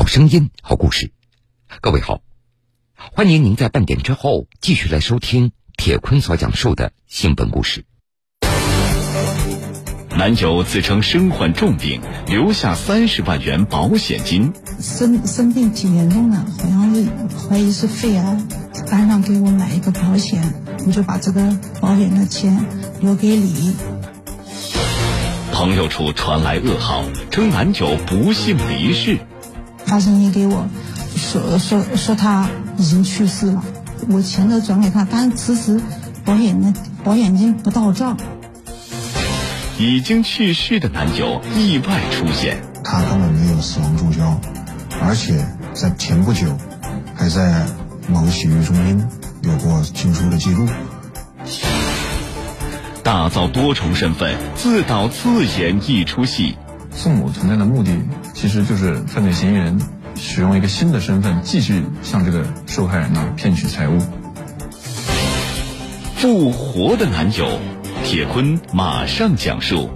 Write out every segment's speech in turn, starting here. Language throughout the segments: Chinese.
声音，好故事。各位好，欢迎您在半点之后继续来收听铁坤所讲述的新闻故事。 男友自称身患重病，留下30万元保险金。 生病挺严重的，好像是怀疑是肺癌，班上给我买一个保险，我就把这个保险的钱留给你。 朋友处传来噩耗，称男友不幸离世。 发信息给我说他已经去世了，我钱都转给他，但是此时保险金不到账。 已经去世的男友意外出现， 他根本没有死亡注销，而且在前不久还在某洗浴中心有过进出的记录。 大造多重身份，自导自演一出戏。 宋某存在的目的其实就是犯罪嫌疑人使用一个新的身份继续向这个受害人骗取财物。 复活的男友，铁坤马上讲述。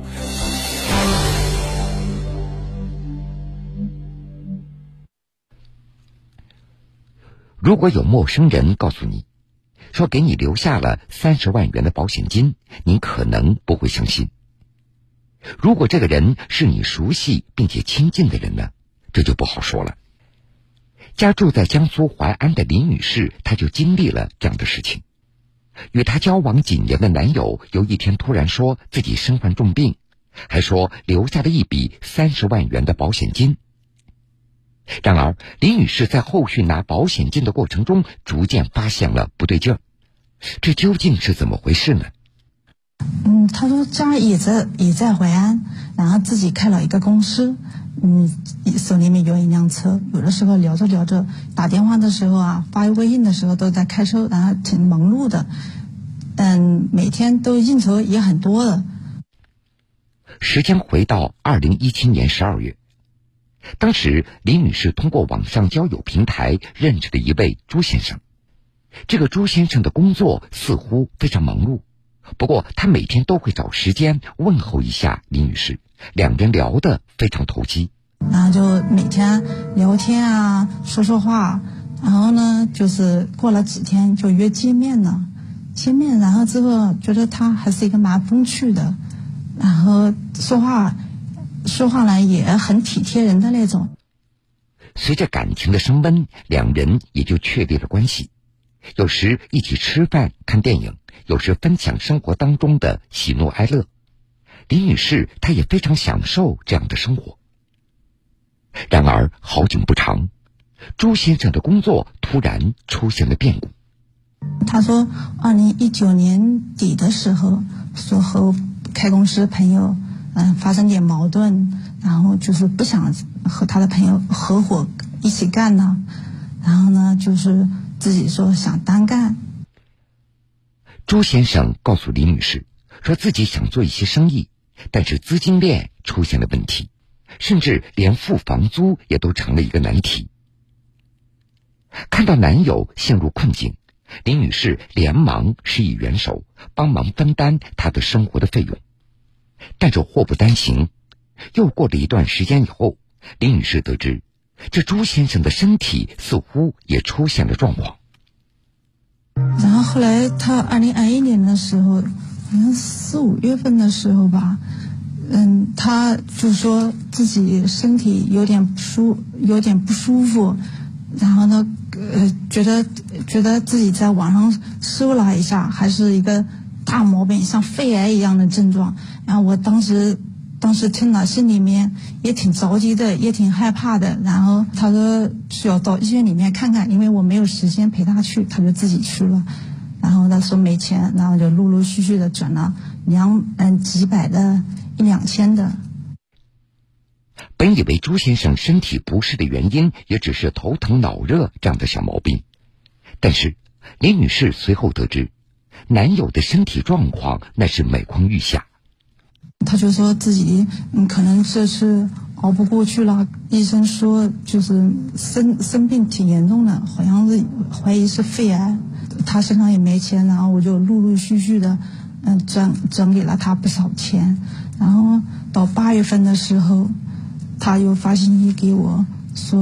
如果有陌生人告诉你说给你留下了30万元的保险金，您可能不会相信。如果这个人是你熟悉并且亲近的人呢，这就不好说了。家住在江苏淮安的林女士，她就经历了这样的事情。与她交往几年的男友有一天突然说自己身患重病，还说留下了一笔30万元的保险金。然而林女士在后续拿保险金的过程中逐渐发现了不对劲儿，这究竟是怎么回事呢？ 他说家也在淮安，然后自己开了一个公司，手里面有一辆车，有的时候聊着聊着打电话的时候发微信的时候都在开车，然后挺忙碌的，每天都应酬也很多的。 时间回到2017年12月，当时林女士通过网上交友平台认识了一位朱先生。这个朱先生的工作似乎非常忙碌，不过他每天都会找时间问候一下林女士，两人聊得非常投机， 然后就每天聊天说说话，然后呢就是过了几天就约见面了。见面然后之后觉得他还是一个蛮风趣的，然后说话呢也很体贴人的那种。 随着感情的升温，两人也就确立了关系，有时一起吃饭看电影，有时分享生活当中的喜怒哀乐。林女士她也非常享受这样的生活。然而好景不长，朱先生的工作突然出现了变故。 他说2019年底的时候说和开公司朋友发生点矛盾，然后就是不想和他的朋友合伙一起干了，然后呢就是自己说想单干。 朱先生告诉李女士说自己想做一些生意，但是资金链出现了问题，甚至连付房租也都成了一个难题。看到男友陷入困境，李女士连忙施以援手，帮忙分担她的生活的费用。但这祸不单行，又过了一段时间以后，李女士得知这朱先生的身体似乎也出现了状况。 然后后来他2021年的时候，好像4、5月份的时候吧，他就说自己身体有点不舒服，然后呢觉得自己在网上搜了一下，还是一个大毛病，像肺癌一样的症状。然后我当时听了心里面也挺着急的，也挺害怕的。然后他说需要到医院里面看看，因为我没有时间陪他去，他就自己去了。然后他说没钱，然后就陆陆续续的转了几百的1、2千的。 本以为朱先生身体不适的原因也只是头疼脑热这样的小毛病，但是林女士随后得知男友的身体状况那是每况愈下。 他就说自己可能这是熬不过去了，医生说就是生病挺严重的，好像是怀疑是肺癌，他身上也没钱，然后我就陆陆续续的转给了他不少钱。然后到8月份的时候，他又发信息给我说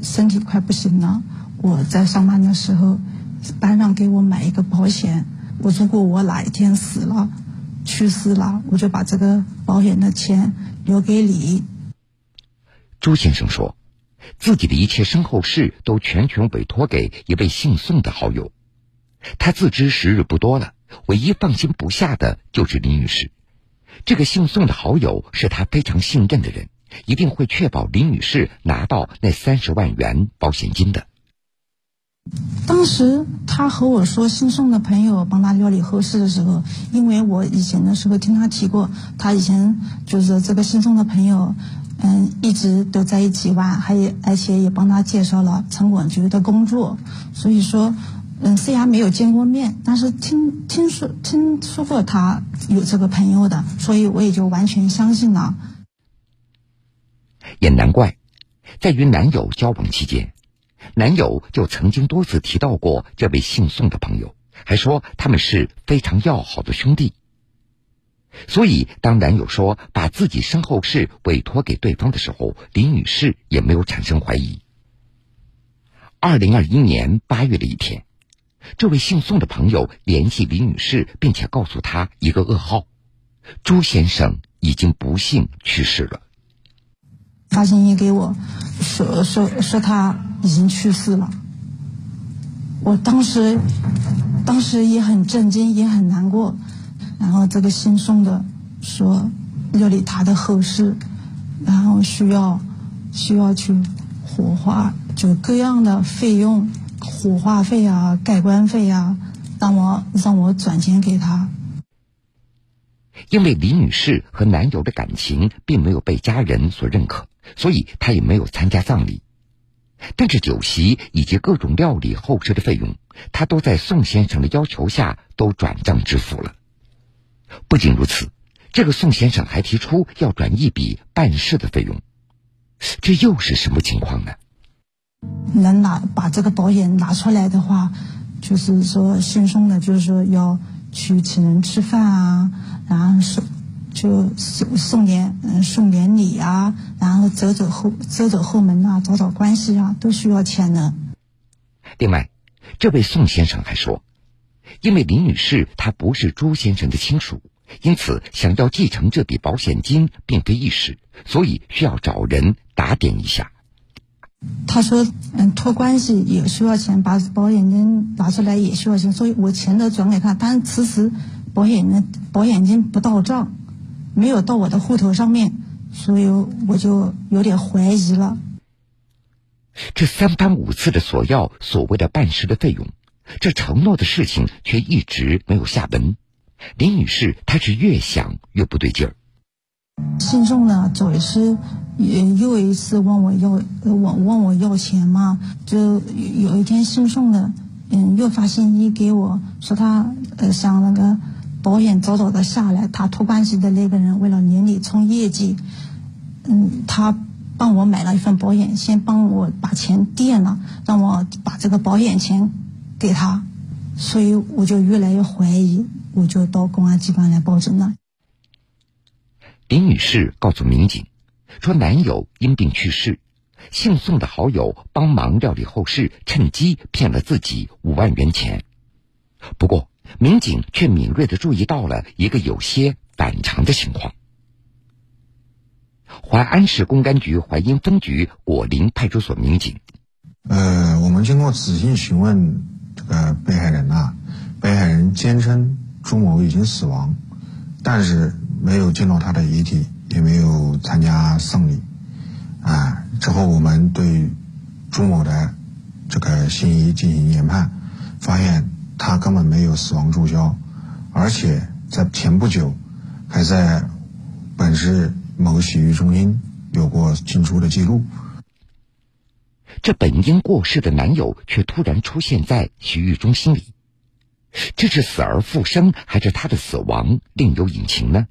身体快不行了，我在上班的时候，班上给我买一个保险，如果我哪一天死了、去世了，我就把这个保险的钱留给你。 朱先生说，自己的一切身后事都全权委托给一位姓宋的好友。他自知时日不多了，唯一放心不下的就是李女士。这个姓宋的好友是他非常信任的人，一定会确保李女士拿到那30万元保险金的。 当时他和我说姓宋的朋友帮他料理后事的时候，因为我以前的时候听他提过，他以前就是这个姓宋的朋友一直都在一起玩，而且也帮他介绍了城管局的工作，所以说虽然没有见过面，但是听说过他有这个朋友的，所以我也就完全相信了。 也难怪，在与男友交往期间，男友就曾经多次提到过这位姓宋的朋友，还说他们是非常要好的兄弟。所以当男友说把自己身后事委托给对方的时候，李女士也没有产生怀疑。2021年8月的一天，这位姓宋的朋友联系李女士，并且告诉她一个噩耗：朱先生已经不幸去世了。 发信息给我说他已经去世了。我当时也很震惊，也很难过。然后这个姓宋的说料理他的后事，然后需要去火化，就各样的费用，火化费啊、盖棺费啊，让我转钱给他。 因为李女士和男友的感情并没有被家人所认可，所以她也没有参加葬礼。但是酒席以及各种料理后事的费用，她都在宋先生的要求下都转账支付了。不仅如此，这个宋先生还提出要转一笔办事的费用。这又是什么情况呢？ 能把这个保险拿出来的话，就是说姓宋的就是说要去请人吃饭啊，然后送点礼啊，然后走走后门啊，找关系啊，都需要钱的。 另外，这位宋先生还说，因为李女士她不是朱先生的亲属，因此想要继承这笔保险金并非易事，所以需要找人打点一下。 他说托关系也需要钱，把保险金拿出来也需要钱，所以我钱都转给他，但是此时保险金不到账，没有到我的户头上面，所以我就有点怀疑了。 这3番5次的索要所谓的办事的费用，这承诺的事情却一直没有下文。李女士她是越想越不对劲儿。 姓宋呢，又一次问我要钱嘛，就有一天姓宋的又发信息给我说他想那个保险早早的下来，他托关系的那个人为了年底冲业绩，他帮我买了一份保险，先帮我把钱垫了，让我把这个保险钱给他，所以我就越来越怀疑，我就到公安机关来报警了。 林女士告诉民警说，男友因病去世，姓宋的好友帮忙料理后事，趁机骗了自己5万元钱。不过民警却敏锐地注意到了一个有些反常的情况。淮安市公安局淮阴分局果林派出所民警， 我们经过仔细询问这个被害人被害人坚称朱某已经死亡，但是没有见到他的遗体，也没有参加丧礼。之后我们对朱某的这个嫌疑进行研判，发现他根本没有死亡注销，而且在前不久还在本市某洗浴中心有过进出的记录。 这本应过世的男友却突然出现在洗浴中心里，这是死而复生，还是他的死亡另有隐情呢？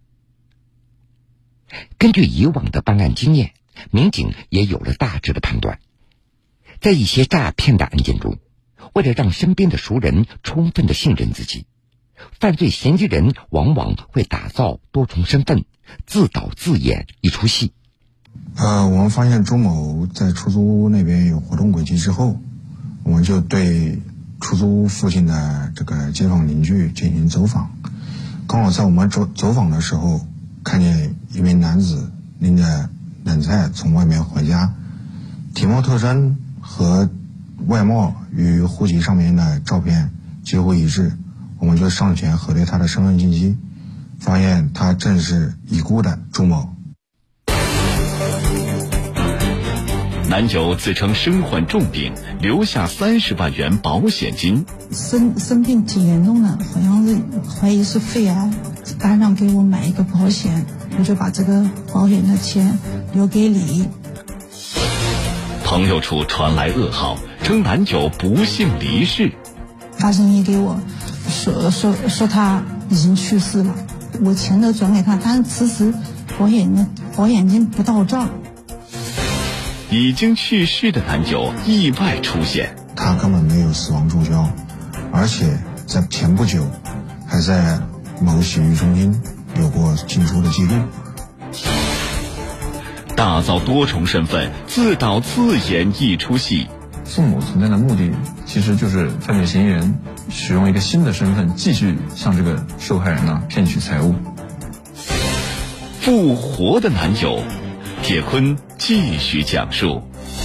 根据以往的办案经验，民警也有了大致的判断。在一些诈骗的案件中，为了让身边的熟人充分的信任自己，犯罪嫌疑人往往会打造多重身份，自导自演一出戏。 我们发现朱某在出租屋那边有活动轨迹之后，我们就对出租屋附近的这个街坊邻居进行走访。刚好在我们走访的时候，看见一名男子拎着冷菜从外面回家，体貌特征和外貌与户籍上面的照片几乎一致，我们就上前核对他的身份信息，发现他正是已故的朱某。 男友自称身患重病，留下30万元保险金。 生病挺严重的，好像是怀疑是肺癌，班长给我买一个保险，我就把这个保险的钱留给你。 朋友处传来噩耗，称男友不幸离世。 发生意给我说他已经去世了，我钱都转给他，但是此时保险金不到账。 已经去世的男友意外出现， 他根本没有死亡注销，而且在前不久还在某洗浴中心有过进出的记录。 大造多重身份，自导自演一出戏。 宋某存在的目的其实就是犯罪嫌疑人使用一个新的身份继续向这个受害人骗取财物。 复活的男友，铁坤继续讲述。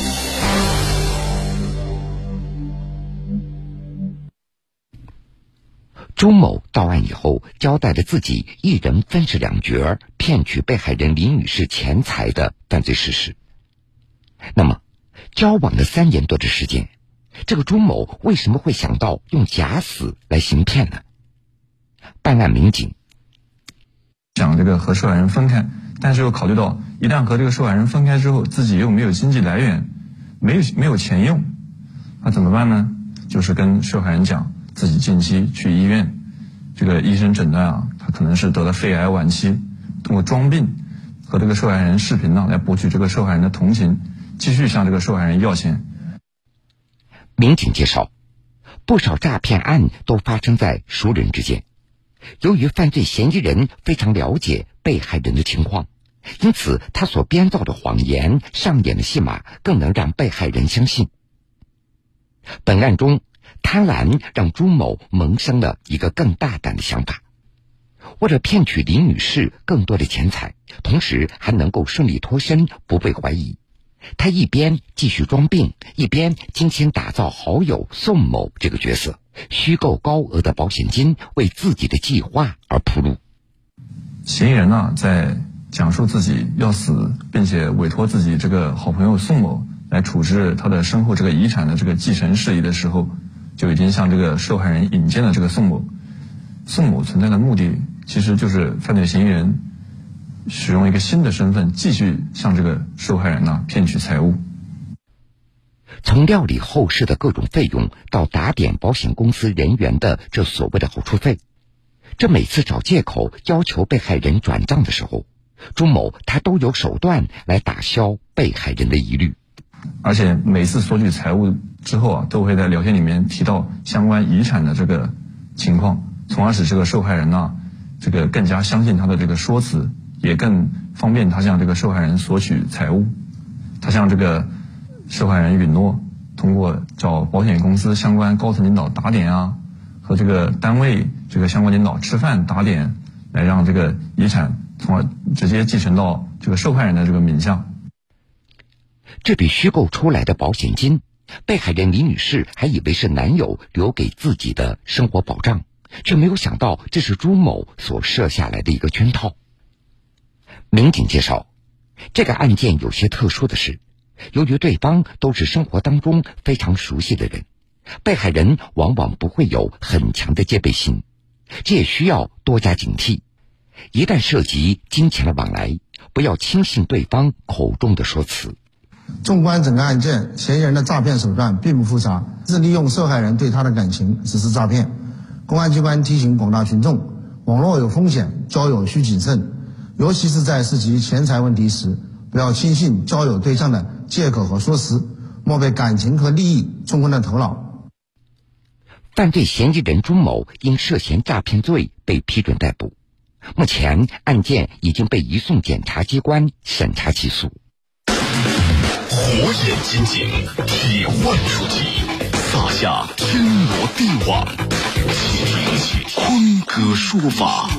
朱某到案以后，交代了自己一人分饰两角，骗取被害人李女士钱财的犯罪事实。那么，交往了3年多的时间，这个朱某为什么会想到用假死来行骗呢？办案民警想这个和受害人分开，但是又考虑到一旦和这个受害人分开之后，自己又没有经济来源，没有钱用，那怎么办呢？就是跟受害人讲自己近期去医院，这个医生诊断他可能是得了肺癌晚期，通过装病和这个受害人视频来博取这个受害人的同情，继续向这个受害人要钱。 民警介绍，不少诈骗案都发生在熟人之间。由于犯罪嫌疑人非常了解被害人的情况，因此他所编造的谎言、上演的戏码更能让被害人相信。本案中，贪婪让朱某萌生了一个更大胆的想法，为了骗取李女士更多的钱财，同时还能够顺利脱身，不被怀疑，他一边继续装病，一边精心打造好友宋某这个角色，虚构高额的保险金，为自己的计划而铺路。 嫌疑人在讲述自己要死，并且委托自己这个好朋友宋某来处置他的身后这个遗产的这个继承事宜的时候，就已经向这个受害人引荐了这个宋某。宋某存在的目的其实就是犯罪嫌疑人使用一个新的身份继续向这个受害人骗取财物。 从料理后事的各种费用到打点保险公司人员的这所谓的好处费，这每次找借口要求被害人转账的时候，朱某他都有手段来打消被害人的疑虑。 而且每次索取财物之后都会在聊天里面提到相关遗产的这个情况，从而使这个受害人这个更加相信他的这个说辞，也更方便他向这个受害人索取财物。他向这个受害人允诺，通过找保险公司相关高层领导打点和这个单位这个相关领导吃饭打点，来让这个遗产从而直接继承到这个受害人的这个名下。 这笔虚构出来的保险金，被害人李女士还以为是男友留给自己的生活保障，却没有想到这是朱某所设下来的一个圈套。民警介绍，这个案件有些特殊的是，由于对方都是生活当中非常熟悉的人，被害人往往不会有很强的戒备心，这也需要多加警惕。一旦涉及金钱的往来，不要轻信对方口中的说辞。 纵观整个案件，嫌疑人的诈骗手段并不复杂，是利用受害人对他的感情实施诈骗。公安机关提醒广大群众，网络有风险，交友需谨慎，尤其是在涉及钱财问题时，不要轻信交友对象的借口和说辞，莫被感情和利益冲昏了头脑。 犯罪嫌疑人朱某因涉嫌诈骗罪被批准逮捕，目前案件已经被移送检察机关审查起诉。 火眼金睛，铁腕出击，撒下天罗地网。且听坤哥说法。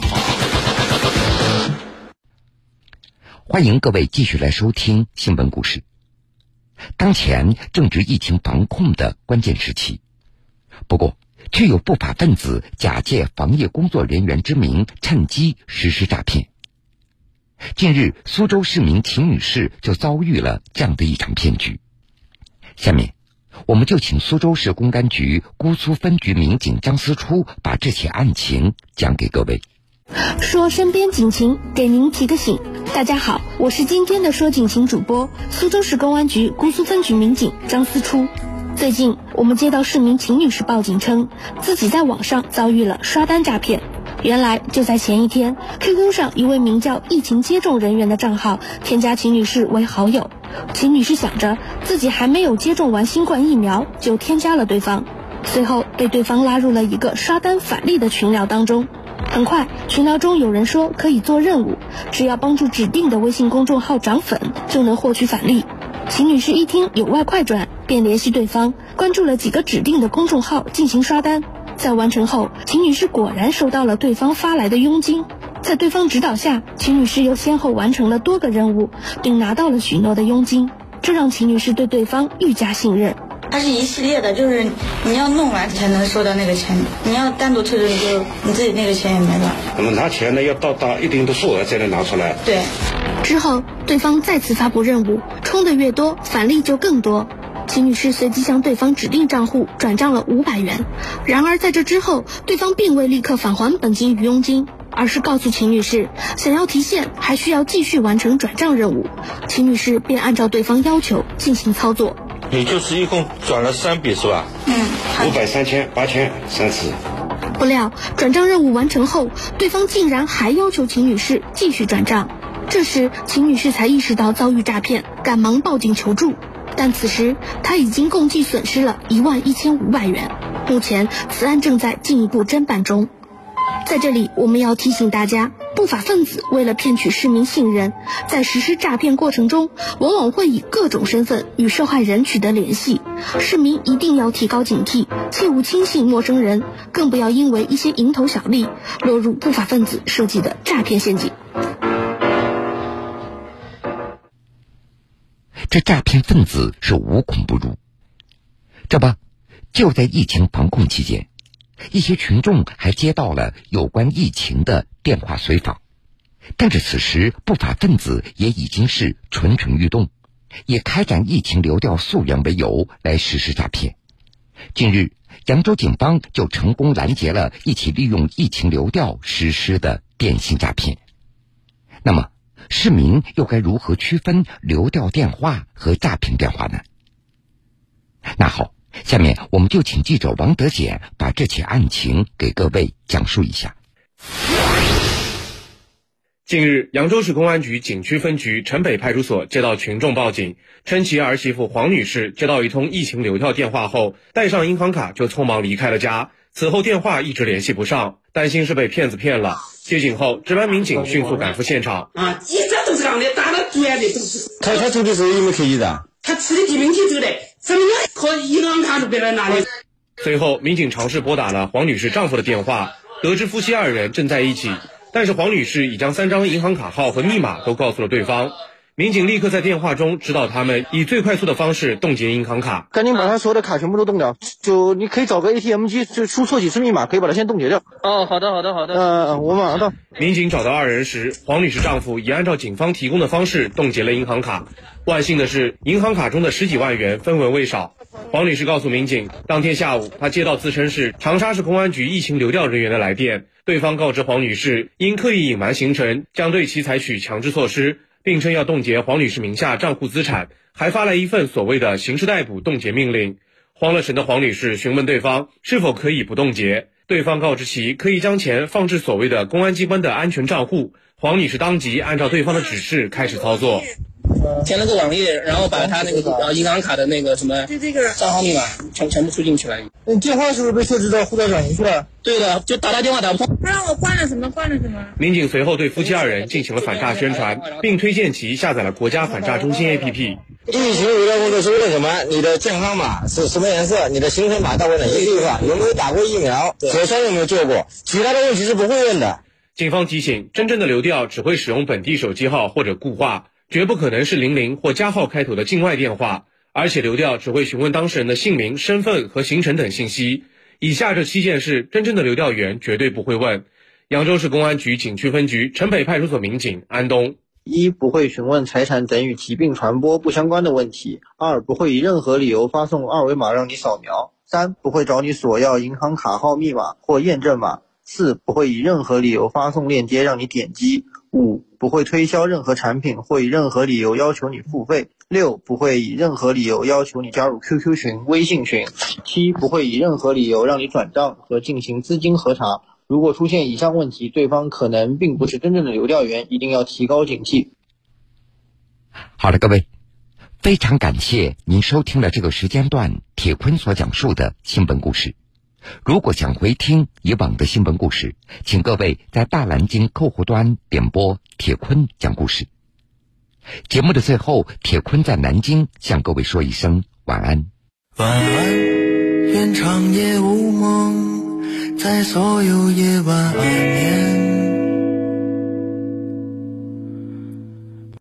欢迎各位继续来收听新闻故事。当前正值疫情防控的关键时期，不过却有不法分子假借防疫工作人员之名，趁机实施诈骗。近日，苏州市民秦女士就遭遇了这样的一场骗局。下面我们就请苏州市公安局姑苏分局民警张思初把这起案情讲给各位。 说身边警情，给您提个醒。大家好，我是今天的说警情主播，苏州市公安局姑苏分局民警张思初。最近我们接到市民秦女士报警称，自己在网上遭遇了刷单诈骗。原来就在前一天， QQ 上一位名叫疫情接种人员的账号添加秦女士为好友。秦女士想着自己还没有接种完新冠疫苗，就添加了对方，随后被对方拉入了一个刷单返利的群聊当中。很快，群聊中有人说可以做任务，只要帮助指定的微信公众号涨粉，就能获取返利。秦女士一听有外快转，便联系对方，关注了几个指定的公众号进行刷单。在完成后，秦女士果然收到了对方发来的佣金。在对方指导下，秦女士又先后完成了多个任务，并拿到了许诺的佣金，这让秦女士对对方愈加信任。 它是一系列的，就是你要弄完才能收到那个钱，你要单独退出，你自己那个钱也没了。 那么拿钱呢，要到达一定的数额才能拿出来。 对。 之后，对方再次发布任务，充的越多，返利就更多。秦女士随即向对方指定账户转账了500元。然而在这之后，对方并未立刻返还本金与佣金，而是告诉秦女士，想要提现还需要继续完成转账任务。秦女士便按照对方要求进行操作。 你就是一共转了3笔是吧？500、3000、8000，3次。 不料转账任务完成后，对方竟然还要求秦女士继续转账。这时秦女士才意识到遭遇诈骗，赶忙报警求助。但此时她已经共计损失了11500元。目前此案正在进一步侦办中。在这里我们要提醒大家，不法分子为了骗取市民信任，在实施诈骗过程中往往会以各种身份与受害人取得联系，市民一定要提高警惕，切勿轻信陌生人，更不要因为一些蝇头小利落入不法分子设计的诈骗陷阱。 这诈骗分子是无孔不入。这不，就在疫情防控期间，一些群众还接到了有关疫情的电话随访，但是此时不法分子也已经是蠢蠢欲动，也开展疫情流调溯源为由来实施诈骗。近日，扬州警方就成功拦截了一起利用疫情流调实施的电信诈骗。那么市民又该如何区分流调电话和诈骗电话呢？那好，下面我们就请记者王德简把这起案情给各位讲述一下。 近日，扬州市公安局景区分局城北派出所接到群众报警，称其儿媳妇黄女士接到一通疫情流调电话后，带上银行卡就匆忙离开了家，此后电话一直联系不上，担心是被骗子骗了。接警后，值班民警迅速赶赴现场。 记者都是这样的，打到主要的都是。 他走的时候有没有刻意的？ 他吃的地名去走的，什么和银行卡都别在哪里。 随后，民警尝试拨打了黄女士丈夫的电话，得知夫妻2人正在一起，但是黄女士已将3张银行卡号和密码都告诉了对方。民警立刻在电话中指导他们以最快速的方式冻结银行卡。 赶紧把他所有的卡全部都冻掉，就你可以找个 ATM 机，就输错几次密码，可以把它先冻结掉。 哦，好的。 我马上到。 民警找到2人时，黄女士丈夫也按照警方提供的方式冻结了银行卡。万幸的是，银行卡中的10几万元分文未少。黄女士告诉民警，当天下午她接到自称是长沙市公安局疫情流调人员的来电，对方告知黄女士因刻意隐瞒行程，将对其采取强制措施，并称要冻结黄女士名下账户资产，还发来一份所谓的刑事逮捕冻结命令。慌了神的黄女士询问对方是否可以不冻结，对方告知其可以将钱放置所谓的公安机关的安全账户。黄女士当即按照对方的指示开始操作， 填了个网页，然后把他那个银行卡的那个什么账号密码全部输进去了。 电话是不是被设置到护照转移去了？ 对的，就打电话打不通。 他让我关了什么。 民警随后对夫妻2人进行了反诈宣传，并推荐其下载了国家反诈中心 APP。 疫情流调工作是为了什么？你的健康码是什么颜色？你的行程码到过哪些地方？有没有打过疫苗？核酸有没有做过？其他的问题是不会问的。 警方提醒，真正的流调只会使用本地手机号或者固话，绝不可能是00或加号开头的境外电话，而且流调只会询问当事人的姓名、身份和行程等信息。以下这7件事，真正的流调员绝对不会问。扬州市公安局景区分局城北派出所民警安东。 1. 不会询问财产等与疾病传播不相关的问题。2. 不会以任何理由发送二维码让你扫描。3. 不会找你索要银行卡号密码或验证码。4. 不会以任何理由发送链接让你点击。5. 不会推销任何产品或以任何理由要求你付费。6. 不会以任何理由要求你加入 QQ 群、微信群。7. 不会以任何理由让你转账和进行资金核查。如果出现以上问题，对方可能并不是真正的流调员，一定要提高警惕。 好的，各位，非常感谢您收听了这个时间段铁坤所讲述的新闻故事。如果想回听以往的新闻故事，请各位在大蓝鲸客户端点播铁坤讲故事。节目的最后，铁坤在南京向各位说一声晚安。 晚安，愿长夜无梦，在所有夜晚安眠。